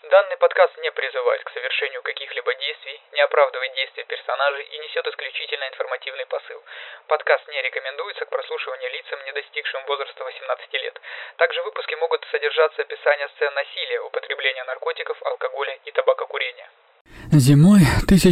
Данный подкаст не призывает к совершению каких-либо действий, не оправдывает действия персонажей и несет исключительно информативный посыл. Подкаст не рекомендуется к прослушиванию лицам, не достигшим возраста 18 лет. Также в выпуске могут содержаться описания сцен насилия, употребления наркотиков, алкоголя и табакокурения. Зимой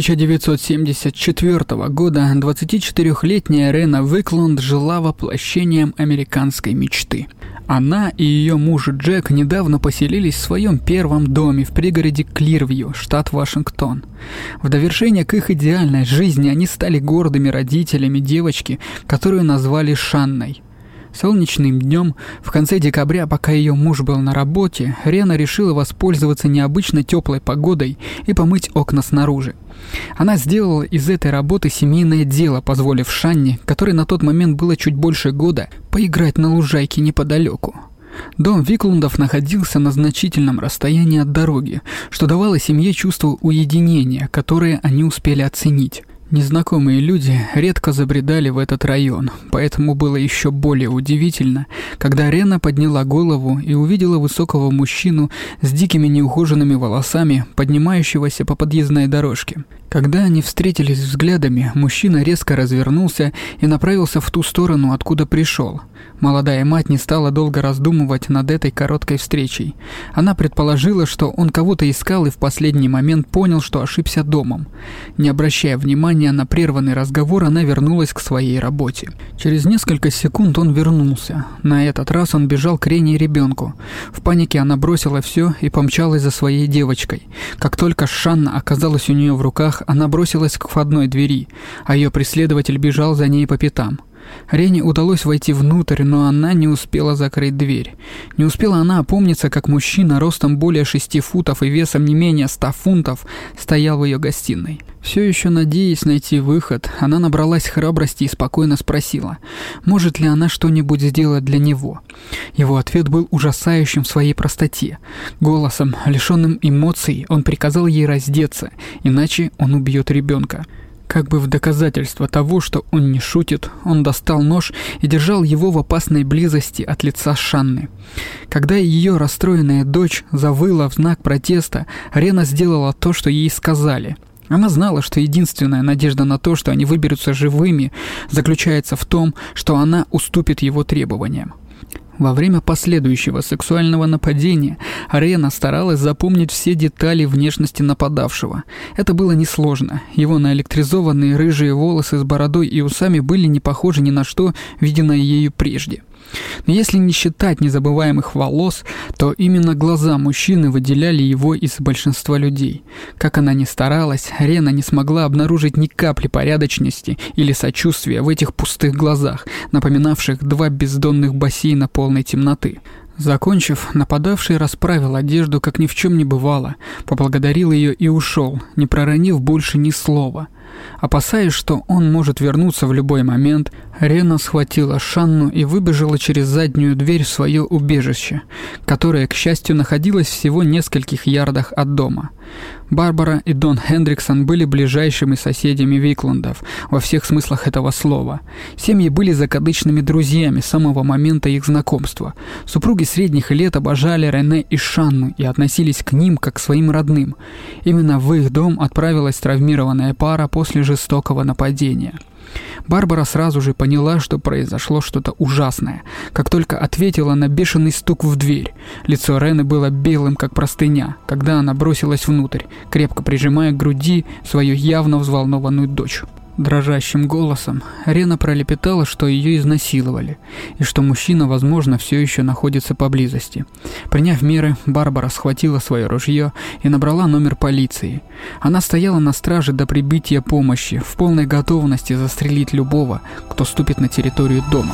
1974 года 24-летняя Рена Виклунд жила воплощением американской мечты. Она и ее муж Джек недавно поселились в своем первом доме в пригороде Клирвью, штат Вашингтон. В довершение к их идеальной жизни они стали гордыми родителями девочки, которую назвали Шанной. Солнечным днем, в конце декабря, пока ее муж был на работе, Рена решила воспользоваться необычно теплой погодой и помыть окна снаружи. Она сделала из этой работы семейное дело, позволив Шанне, которой на тот момент было чуть больше года, поиграть на лужайке неподалеку. Дом Виклундов находился на значительном расстоянии от дороги, что давало семье чувство уединения, которое они успели оценить. Незнакомые люди редко забредали в этот район, поэтому было еще более удивительно, когда Рена подняла голову и увидела высокого мужчину с дикими неухоженными волосами, поднимающегося по подъездной дорожке. Когда они встретились взглядами, мужчина резко развернулся и направился в ту сторону, откуда пришел. Молодая мать не стала долго раздумывать над этой короткой встречей. Она предположила, что он кого-то искал и в последний момент понял, что ошибся домом. Не обращая внимания на прерванный разговор, она вернулась к своей работе. Через несколько секунд он вернулся. На этот раз он бежал к Рене и ребенку. В панике она бросила все и помчалась за своей девочкой. Как только Шанна оказалась у нее в руках, она бросилась к входной двери, а ее преследователь бежал за ней по пятам. Рене удалось войти внутрь, но она не успела закрыть дверь. Не успела она опомниться, как мужчина ростом более 6 футов и весом не менее 100 фунтов стоял в ее гостиной. Все еще надеясь найти выход, она набралась храбрости и спокойно спросила, может ли она что-нибудь сделать для него. Его ответ был ужасающим в своей простоте. Голосом, лишенным эмоций, он приказал ей раздеться, иначе он убьет ребенка. Как бы в доказательство того, что он не шутит, он достал нож и держал его в опасной близости от лица Шанны. Когда ее расстроенная дочь завыла в знак протеста, Рена сделала то, что ей сказали. Она знала, что единственная надежда на то, что они выберутся живыми, заключается в том, что она уступит его требованиям. Во время последующего сексуального нападения Рена старалась запомнить все детали внешности нападавшего. Это было несложно. Его наэлектризованные рыжие волосы с бородой и усами были не похожи ни на что, виденное ею прежде. Но если не считать незабываемых волос, то именно глаза мужчины выделяли его из большинства людей. Как она ни старалась, Рена не смогла обнаружить ни капли порядочности или сочувствия в этих пустых глазах, напоминавших 2 бездонных бассейна полной темноты. Закончив, нападавший расправил одежду, как ни в чем не бывало, поблагодарил ее и ушел, не проронив больше ни слова. Опасаясь, что он может вернуться в любой момент, Рена схватила Шанну и выбежала через заднюю дверь в свое убежище, которое, к счастью, находилось всего в нескольких ярдах от дома. Барбара и Дон Хендриксон были ближайшими соседями Виклундов во всех смыслах этого слова. Семьи были закадычными друзьями с самого момента их знакомства. Супруги средних лет обожали Рене и Шанну и относились к ним как к своим родным. Именно в их дом отправилась травмированная пара после жестокого нападения. Барбара сразу же поняла, что произошло что-то ужасное, как только ответила на бешеный стук в дверь. Лицо Рены было белым, как простыня, когда она бросилась внутрь, крепко прижимая к груди свою явно взволнованную дочь. Дрожащим голосом Рена пролепетала, что ее изнасиловали, и что мужчина, возможно, все еще находится поблизости. Приняв меры, Барбара схватила свое ружье и набрала номер полиции. Она стояла на страже до прибытия помощи, в полной готовности застрелить любого, кто ступит на территорию дома.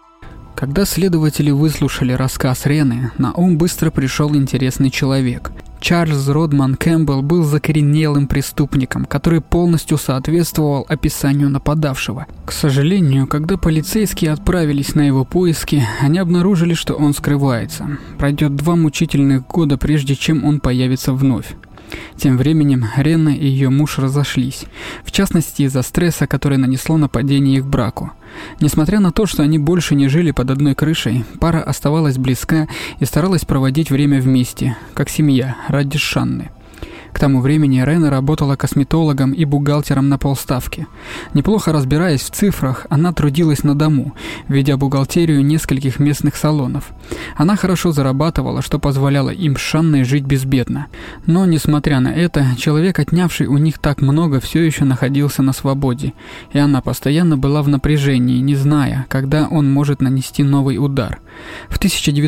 Когда следователи выслушали рассказ Рены, на ум быстро пришел интересный человек. Чарльз Родман Кэмпбелл был закоренелым преступником, который полностью соответствовал описанию нападавшего. К сожалению, когда полицейские отправились на его поиски, они обнаружили, что он скрывается. Пройдет 2 мучительных года, прежде чем он появится вновь. Тем временем Рена и ее муж разошлись, в частности из-за стресса, который нанесло нападение их браку. Несмотря на то, что они больше не жили под одной крышей, пара оставалась близка и старалась проводить время вместе, как семья, ради Шанны. К тому времени Рена работала косметологом и бухгалтером на полставки. Неплохо разбираясь в цифрах, она трудилась на дому, ведя бухгалтерию нескольких местных салонов. Она хорошо зарабатывала, что позволяло им с Шанной жить безбедно. Но, несмотря на это, человек, отнявший у них так много, все еще находился на свободе, и она постоянно была в напряжении, не зная, когда он может нанести новый удар. В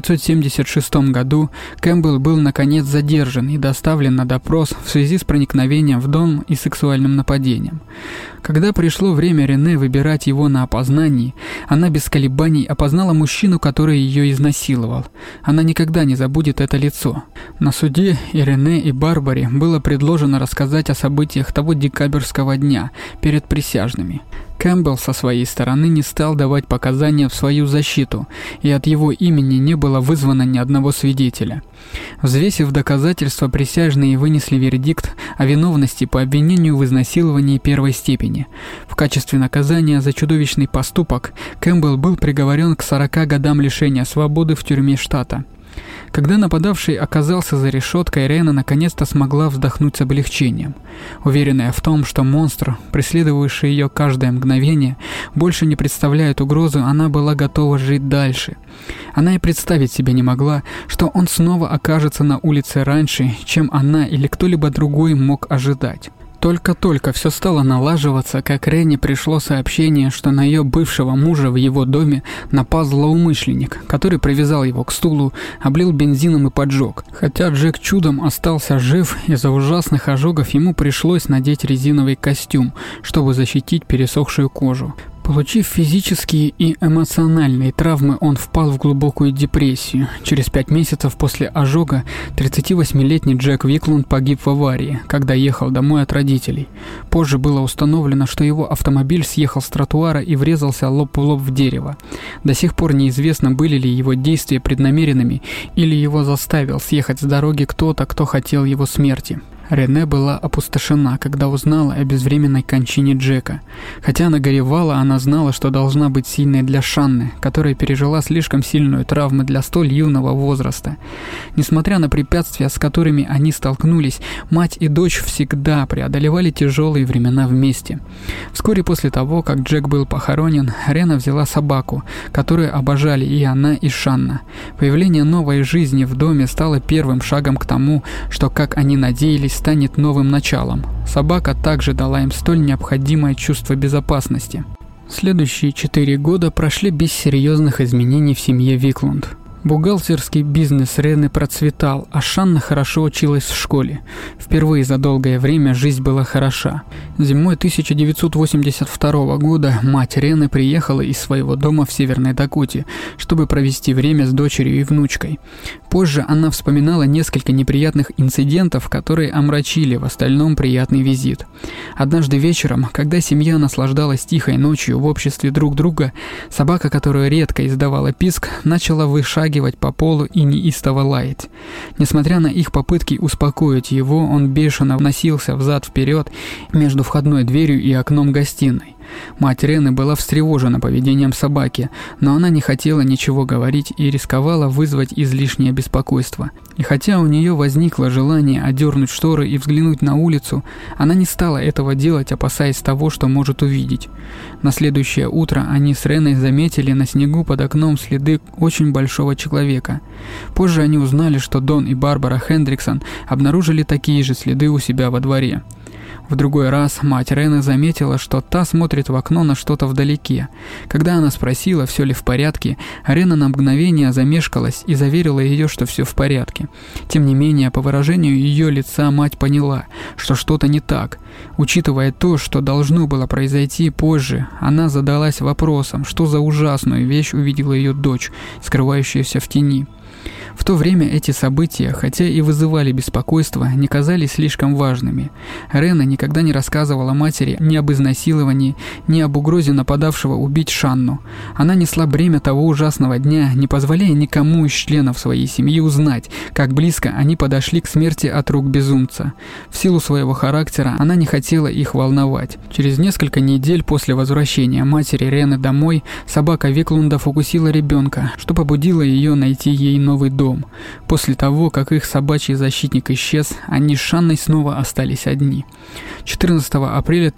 1976 году Кэмпбелл был наконец задержан и доставлен на допрос в связи с проникновением в дом и сексуальным нападением. Когда пришло время Рене выбирать его на опознании, она без колебаний опознала мужчину, который ее изнасиловал. Она никогда не забудет это лицо. На суде и Рене, и Барбаре было предложено рассказать о событиях того декабрьского дня перед присяжными. Кэмпбелл со своей стороны не стал давать показания в свою защиту, и от его имени не было вызвано ни одного свидетеля. Взвесив доказательства, присяжные вынесли вердикт о виновности по обвинению в изнасиловании первой степени. В качестве наказания за чудовищный поступок Кэмпбелл был приговорен к 40 годам лишения свободы в тюрьме штата. Когда нападавший оказался за решеткой, Рена наконец-то смогла вздохнуть с облегчением. Уверенная в том, что монстр, преследовавший ее каждое мгновение, больше не представляет угрозу, она была готова жить дальше. Она и представить себе не могла, что он снова окажется на улице раньше, чем она или кто-либо другой мог ожидать. Только-только все стало налаживаться, как Рене пришло сообщение, что на ее бывшего мужа в его доме напал злоумышленник, который привязал его к стулу, облил бензином и поджег. Хотя Джек чудом остался жив, из-за ужасных ожогов ему пришлось надеть резиновый костюм, чтобы защитить пересохшую кожу. Получив физические и эмоциональные травмы, он впал в глубокую депрессию. Через 5 месяцев после ожога 38-летний Джек Виклунд погиб в аварии, когда ехал домой от родителей. Позже было установлено, что его автомобиль съехал с тротуара и врезался лоб в лоб в дерево. До сих пор неизвестно, были ли его действия преднамеренными или его заставил съехать с дороги кто-то, кто хотел его смерти. Рене была опустошена, когда узнала о безвременной кончине Джека. Хотя она горевала, она знала, что должна быть сильной для Шанны, которая пережила слишком сильную травму для столь юного возраста. Несмотря на препятствия, с которыми они столкнулись, мать и дочь всегда преодолевали тяжелые времена вместе. Вскоре после того, как Джек был похоронен, Рена взяла собаку, которую обожали и она, и Шанна. Появление новой жизни в доме стало первым шагом к тому, что, как они надеялись, станет новым началом. Собака также дала им столь необходимое чувство безопасности. Следующие 4 года прошли без серьезных изменений в семье Виклунд. Бухгалтерский бизнес Рены процветал, а Шанна хорошо училась в школе. Впервые за долгое время жизнь была хороша. Зимой 1982 года мать Рены приехала из своего дома в Северной Дакоте, чтобы провести время с дочерью и внучкой. Позже она вспоминала несколько неприятных инцидентов, которые омрачили в остальном приятный визит. Однажды вечером, когда семья наслаждалась тихой ночью в обществе друг друга, собака, которая редко издавала писк, начала вышагивать по полу и неистово лаять. Несмотря на их попытки успокоить его, он бешено носился взад-вперед между входной дверью и окном гостиной. Мать Рены была встревожена поведением собаки, но она не хотела ничего говорить и рисковала вызвать излишнее беспокойство. И хотя у нее возникло желание одернуть шторы и взглянуть на улицу, она не стала этого делать, опасаясь того, что может увидеть. На следующее утро они с Реной заметили на снегу под окном следы очень большого человека. Позже они узнали, что Дон и Барбара Хендриксон обнаружили такие же следы у себя во дворе. В другой раз мать Рены заметила, что та смотрит в окно на что-то вдалеке. Когда она спросила, все ли в порядке, Рена на мгновение замешкалась и заверила ее, что все в порядке. Тем не менее, по выражению ее лица мать поняла, что что-то не так. Учитывая то, что должно было произойти позже, она задалась вопросом, что за ужасную вещь увидела ее дочь, скрывающаяся в тени. В то время эти события, хотя и вызывали беспокойство, не казались слишком важными. Рена никогда не рассказывала матери ни об изнасиловании, ни об угрозе нападавшего убить Шанну. Она несла бремя того ужасного дня, не позволяя никому из членов своей семьи узнать, как близко они подошли к смерти от рук безумца. В силу своего характера она не хотела их волновать. Через несколько недель после возвращения матери Рены домой, собака Виклундов укусила ребенка, что побудило ее найти ей новый дом. После того, как их собачий защитник исчез, они с Шанной снова остались одни. 14 апреля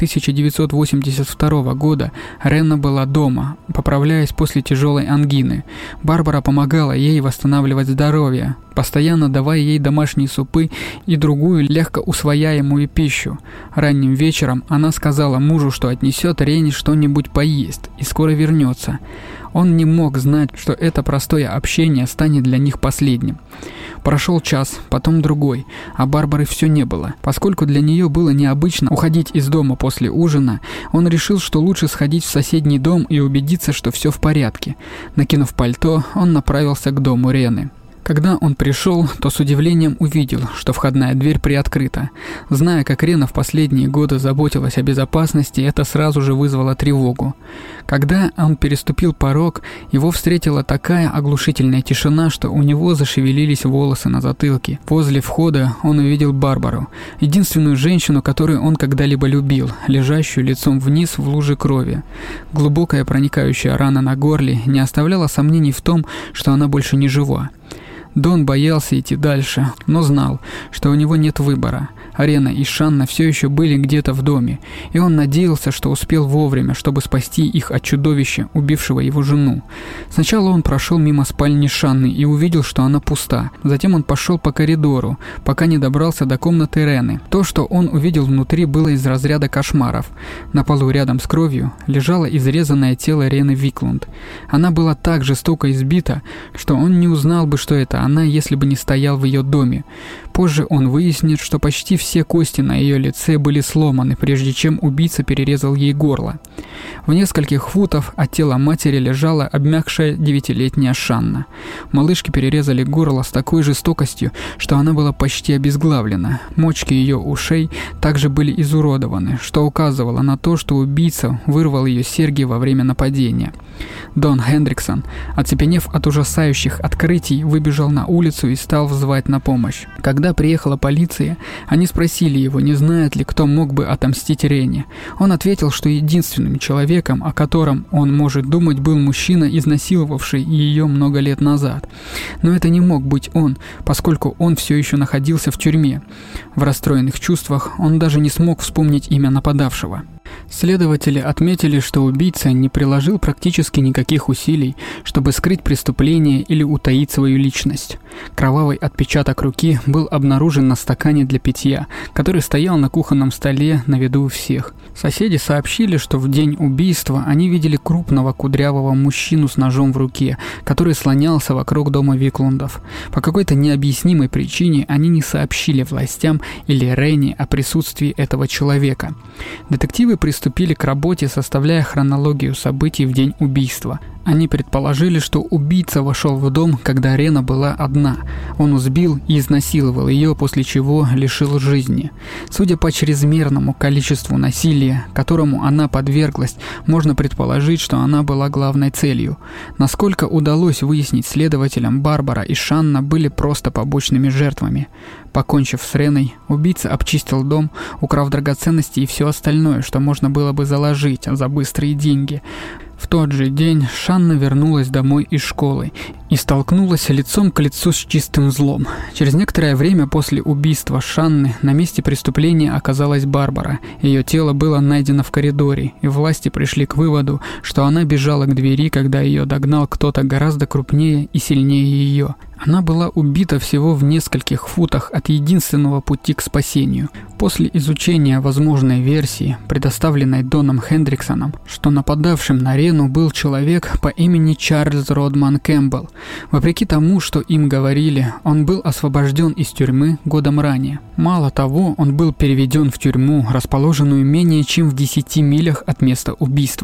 1982 года Рена была дома, поправляясь после тяжелой ангины. Барбара помогала ей восстанавливать здоровье, постоянно давая ей домашние супы и другую легко усвояемую пищу. Ранним вечером она сказала мужу, что отнесет Рене что-нибудь поесть и скоро вернется. Он не мог знать, что это простое общение станет для них последним. Прошел час, потом другой, а Барбары все не было. Поскольку для нее было необычно уходить из дома после ужина, он решил, что лучше сходить в соседний дом и убедиться, что все в порядке. Накинув пальто, он направился к дому Рены. Когда он пришел, то с удивлением увидел, что входная дверь приоткрыта. Зная, как Рена в последние годы заботилась о безопасности, это сразу же вызвало тревогу. Когда он переступил порог, его встретила такая оглушительная тишина, что у него зашевелились волосы на затылке. Возле входа он увидел Барбару, единственную женщину, которую он когда-либо любил, лежащую лицом вниз в луже крови. Глубокая проникающая рана на горле не оставляла сомнений в том, что она больше не жива. Дон боялся идти дальше, но знал, что у него нет выбора. Рена и Шанна все еще были где-то в доме, и он надеялся, что успел вовремя, чтобы спасти их от чудовища, убившего его жену. Сначала он прошел мимо спальни Шанны и увидел, что она пуста. Затем он пошел по коридору, пока не добрался до комнаты Рены. То, что он увидел внутри, было из разряда кошмаров. На полу рядом с кровью лежало изрезанное тело Рены Виклунд. Она была так жестоко избита, что он не узнал бы, что это она, если бы не стоял в ее доме. Позже он выяснит, что почти все кости на ее лице были сломаны, прежде чем убийца перерезал ей горло. В нескольких футах от тела матери лежала обмякшая 9-летняя Шанна. Малышке перерезали горло с такой жестокостью, что она была почти обезглавлена. Мочки ее ушей также были изуродованы, что указывало на то, что убийца вырвал ее серьги во время нападения. Дон Хендриксон, оцепенев от ужасающих открытий, выбежал на улицу и стал звать на помощь. Когда приехала полиция, они спросили его, не знает ли, кто мог бы отомстить Рене. Он ответил, что единственным человеком, о котором он может думать, был мужчина, изнасиловавший ее много лет назад. Но это не мог быть он, поскольку он все еще находился в тюрьме. В расстроенных чувствах он даже не смог вспомнить имя нападавшего. Следователи отметили, что убийца не приложил практически никаких усилий, чтобы скрыть преступление или утаить свою личность. Кровавый отпечаток руки был обнаружен на стакане для питья, который стоял на кухонном столе на виду у всех. Соседи сообщили, что в день убийства они видели крупного кудрявого мужчину с ножом в руке, который слонялся вокруг дома Виклундов. По какой-то необъяснимой причине они не сообщили властям или Рене о присутствии этого человека. Детективы приступили к работе, составляя хронологию событий в день убийства. Они предположили, что убийца вошел в дом, когда Рена была одна. Он избил и изнасиловал ее, после чего лишил жизни. Судя по чрезмерному количеству насилия, которому она подверглась, можно предположить, что она была главной целью. Насколько удалось выяснить следователям, Барбара и Шанна были просто побочными жертвами. Покончив с Реной, убийца обчистил дом, украв драгоценности и все остальное, что можно было бы заложить за быстрые деньги. В тот же день Шанна вернулась домой из школы и столкнулась лицом к лицу с чистым злом. Через некоторое время после убийства Шанны на месте преступления оказалась Барбара. Ее тело было найдено в коридоре, и власти пришли к выводу, что она бежала к двери, когда ее догнал кто-то гораздо крупнее и сильнее ее. Она была убита всего в нескольких футах от единственного пути к спасению. После изучения возможной версии, предоставленной Доном Хендриксоном, что нападавшим на Рену был человек по имени Чарльз Родман Кэмпбелл. Вопреки тому, что им говорили, он был освобожден из тюрьмы годом ранее. Мало того, он был переведен в тюрьму, расположенную менее чем в 10 милях от места убийства.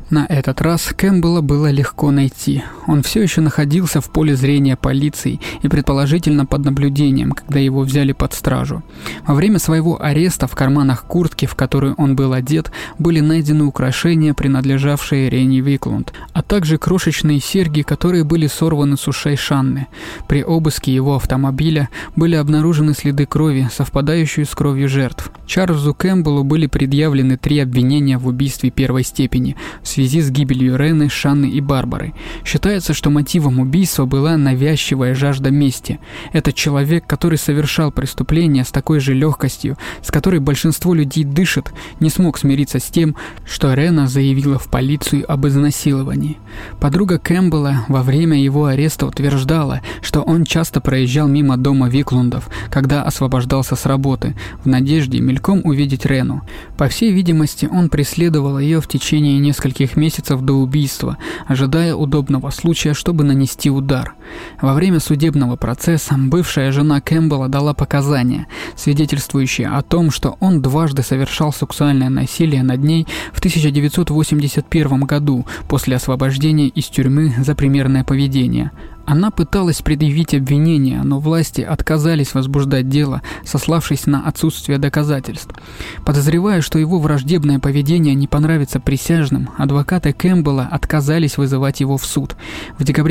На этот раз Кэмпбелла было легко найти. Он все еще находился в поле зрения полиции и предположительно под наблюдением, когда его взяли под стражу. Во время своего ареста в карманах куртки, в которую он был одет, были найдены украшения, принадлежавшие Рене Виклунд, а также крошечные серьги, которые были сорваны с ушей Шанны. При обыске его автомобиля были обнаружены следы крови, совпадающие с кровью жертв. Чарльзу Кэмпбеллу были предъявлены 3 обвинения в убийстве первой степени в связи с гибелью Рены, Шанны и Барбары. Считается, что мотивом убийства была навязчивая жажда мести. Этот человек, который совершал преступление с такой же легкостью, с которой большинство людей дышит, не смог смириться с тем, что Рена заявила в полицию об изнасиловании. Подруга Кэмпбелла во время его ареста утверждала, что он часто проезжал мимо дома Виклундов, когда освобождался с работы, в надежде мельком увидеть Рену. По всей видимости, он преследовал ее в течение нескольких месяцев до убийства, ожидая удобного случая, чтобы нанести удар. Во время судебного процесса бывшая жена Кэмпбелла дала показания, свидетельствующие о том, что он дважды совершал сексуальное насилие над ней в 1981 году после освобождения из тюрьмы за примерное поведение. Она пыталась предъявить обвинения, но власти отказались возбуждать дело, сославшись на отсутствие доказательств. Подозревая, что его враждебное поведение не понравится присяжным, адвокаты Кэмпбелла отказались вызывать его в суд. В декабре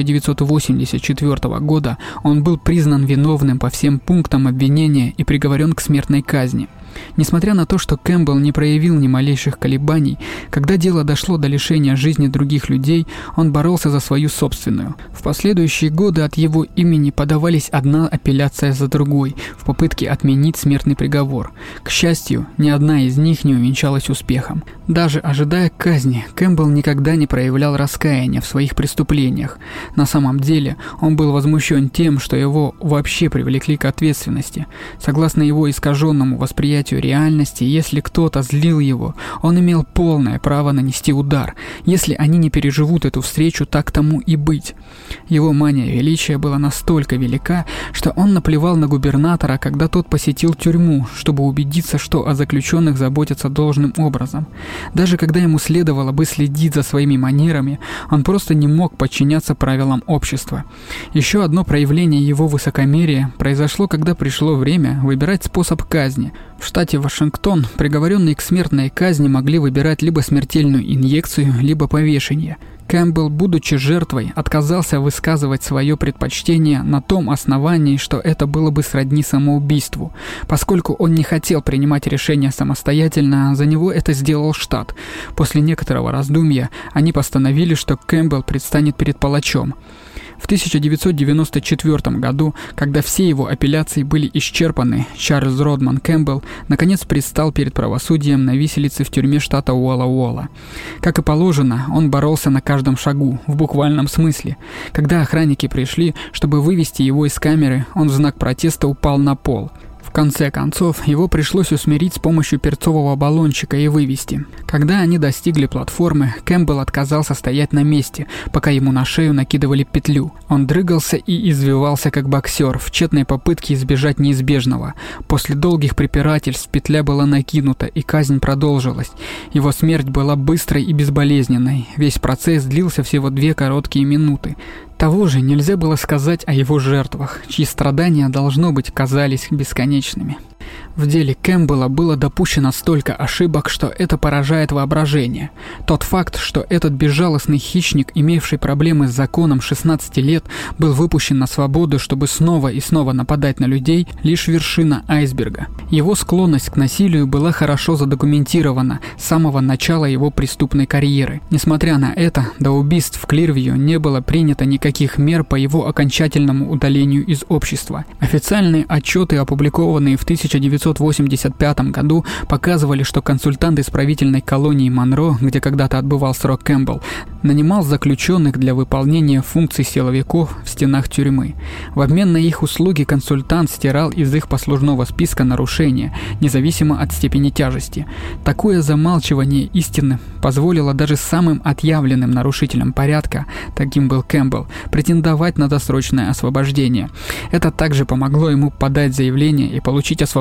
1984 года он был признан виновным по всем пунктам обвинения и приговорен к смертной казни. Несмотря на то, что Кэмпбелл не проявил ни малейших колебаний, когда дело дошло до лишения жизни других людей, он боролся за свою собственную. В последующие годы от его имени подавались одна апелляция за другой в попытке отменить смертный приговор. К счастью, ни одна из них не увенчалась успехом. Даже ожидая казни, Кэмпбелл никогда не проявлял раскаяния в своих преступлениях. На самом деле, он был возмущен тем, что его вообще привлекли к ответственности. Согласно его искаженному восприятию реальности, если кто-то злил его, он имел полное право нанести удар. Если они не переживут эту встречу, так тому и быть. Его мания величия была настолько велика, что он наплевал на губернатора, когда тот посетил тюрьму, чтобы убедиться, что о заключенных заботятся должным образом. Даже когда ему следовало бы следить за своими манерами, он просто не мог подчиняться правилам общества. Еще одно проявление его высокомерия произошло, когда пришло время выбирать способ казни. В штате Вашингтон приговоренные к смертной казни могли выбирать либо смертельную инъекцию, либо повешение. Кэмпбелл, будучи жертвой, отказался высказывать свое предпочтение на том основании, что это было бы сродни самоубийству. Поскольку он не хотел принимать решения самостоятельно, за него это сделал штат. После некоторого раздумья они постановили, что Кэмпбелл предстанет перед палачом. В 1994 году, когда все его апелляции были исчерпаны, Чарльз Родман Кэмпбелл наконец предстал перед правосудием на виселице в тюрьме штата Уолла-Уолла. Как и положено, он боролся на каждом шагу, в буквальном смысле. Когда охранники пришли, чтобы вывести его из камеры, он в знак протеста упал на пол. В конце концов, его пришлось усмирить с помощью перцового баллончика и вывести. Когда они достигли платформы, Кэмпбелл отказался стоять на месте, пока ему на шею накидывали петлю. Он дрыгался и извивался как боксер в тщетной попытке избежать неизбежного. После долгих препирательств петля была накинута, и казнь продолжилась. Его смерть была быстрой и безболезненной. Весь процесс длился всего 2 короткие минуты. Того же нельзя было сказать о его жертвах, чьи страдания, должно быть, казались бесконечными. В деле Кэмпбелла было допущено столько ошибок, что это поражает воображение. Тот факт, что этот безжалостный хищник, имевший проблемы с законом 16 лет, был выпущен на свободу, чтобы снова и снова нападать на людей, лишь вершина айсберга. Его склонность к насилию была хорошо задокументирована с самого начала его преступной карьеры. Несмотря на это, до убийств в Клирвью не было принято никаких мер по его окончательному удалению из общества. Официальные отчеты, опубликованные в 1985 году, показывали, что консультант исправительной колонии Монро, где когда-то отбывал срок Кэмпбелл, нанимал заключенных для выполнения функций силовиков в стенах тюрьмы. В обмен на их услуги консультант стирал из их послужного списка нарушения, независимо от степени тяжести. Такое замалчивание истины позволило даже самым отъявленным нарушителям порядка, таким был Кэмпбелл, претендовать на досрочное освобождение. Это также помогло ему подать заявление и получить освобождение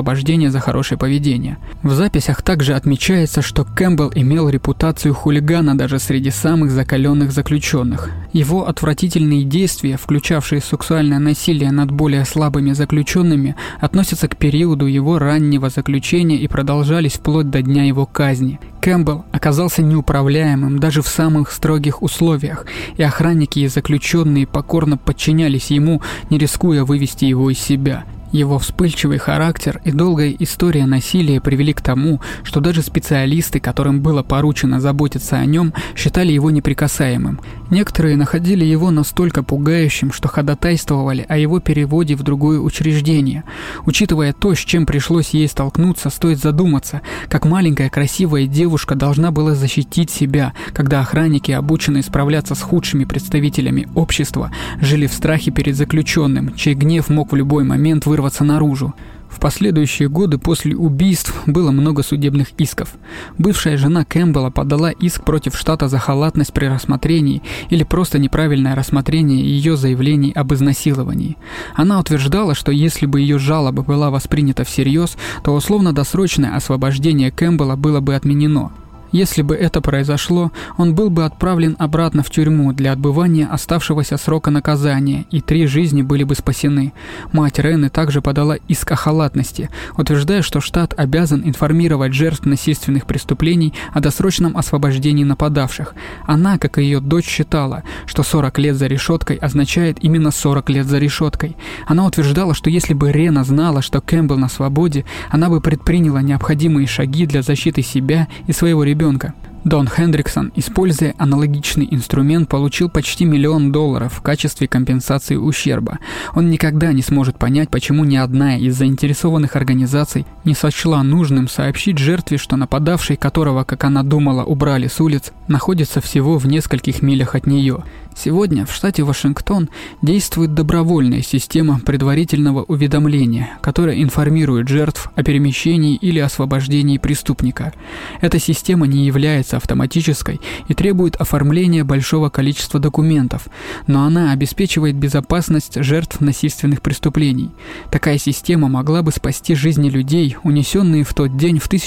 освобождения за хорошее поведение. В записях также отмечается, что Кэмпбелл имел репутацию хулигана даже среди самых закаленных заключенных. Его отвратительные действия, включавшие сексуальное насилие над более слабыми заключенными, относятся к периоду его раннего заключения и продолжались вплоть до дня его казни. Кэмпбелл оказался неуправляемым даже в самых строгих условиях, и охранники и заключенные покорно подчинялись ему, не рискуя вывести его из себя. Его вспыльчивый характер и долгая история насилия привели к тому, что даже специалисты, которым было поручено заботиться о нем, считали его неприкасаемым. Некоторые находили его настолько пугающим, что ходатайствовали о его переводе в другое учреждение. Учитывая то, с чем пришлось ей столкнуться, стоит задуматься, как маленькая красивая девушка должна была защитить себя, когда охранники, обученные справляться с худшими представителями общества, жили в страхе перед заключенным, чей гнев мог в любой момент вырваться наружу. В последующие годы после убийств было много судебных исков. Бывшая жена Кэмпбелла подала иск против штата за халатность при рассмотрении или просто неправильное рассмотрение ее заявлений об изнасиловании. Она утверждала, что если бы ее жалоба была воспринята всерьез, то условно-досрочное освобождение Кэмпбелла было бы отменено. Если бы это произошло, он был бы отправлен обратно в тюрьму для отбывания оставшегося срока наказания, и 3 жизни были бы спасены. Мать Рены также подала иск о халатности, утверждая, что штат обязан информировать жертв насильственных преступлений о досрочном освобождении нападавших. Она, как и ее дочь, считала, что 40 лет за решеткой означает именно 40 лет за решеткой. Она утверждала, что если бы Рена знала, что Кэмпбелл на свободе, она бы предприняла необходимые шаги для защиты себя и своего ребенка. Дон Хендриксон, используя аналогичный инструмент, получил почти $1 миллион в качестве компенсации ущерба. Он никогда не сможет понять, почему ни одна из заинтересованных организаций не сочла нужным сообщить жертве, что нападавший, которого, как она думала, убрали с улиц, находится всего в нескольких милях от нее. Сегодня в штате Вашингтон действует добровольная система предварительного уведомления, которая информирует жертв о перемещении или освобождении преступника. Эта система не является автоматической и требует оформления большого количества документов, но она обеспечивает безопасность жертв насильственных преступлений. Такая система могла бы спасти жизни людей, унесенные в тот день в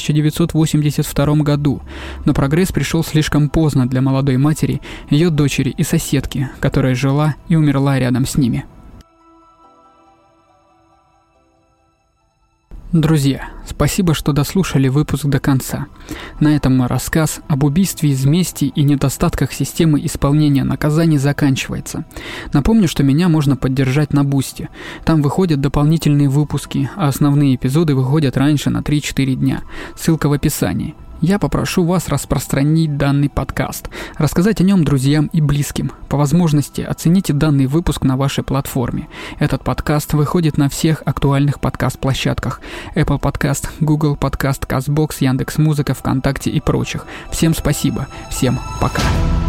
1982 году, но прогресс пришел слишком поздно для молодой матери, ее дочери и соседки, которая жила и умерла рядом с ними. Друзья, спасибо, что дослушали выпуск до конца. На этом мой рассказ об убийстве из мести и недостатках системы исполнения наказаний заканчивается. Напомню, что меня можно поддержать на Бусти. Там выходят дополнительные выпуски, а основные эпизоды выходят раньше на 3-4 дня. Ссылка в описании. Я попрошу вас распространить данный подкаст, рассказать о нем друзьям и близким. По возможности оцените данный выпуск на вашей платформе. Этот подкаст выходит на всех актуальных подкаст-площадках: Apple Podcast, Google Podcast, CastBox, Яндекс.Музыка, ВКонтакте и прочих. Всем спасибо, всем пока.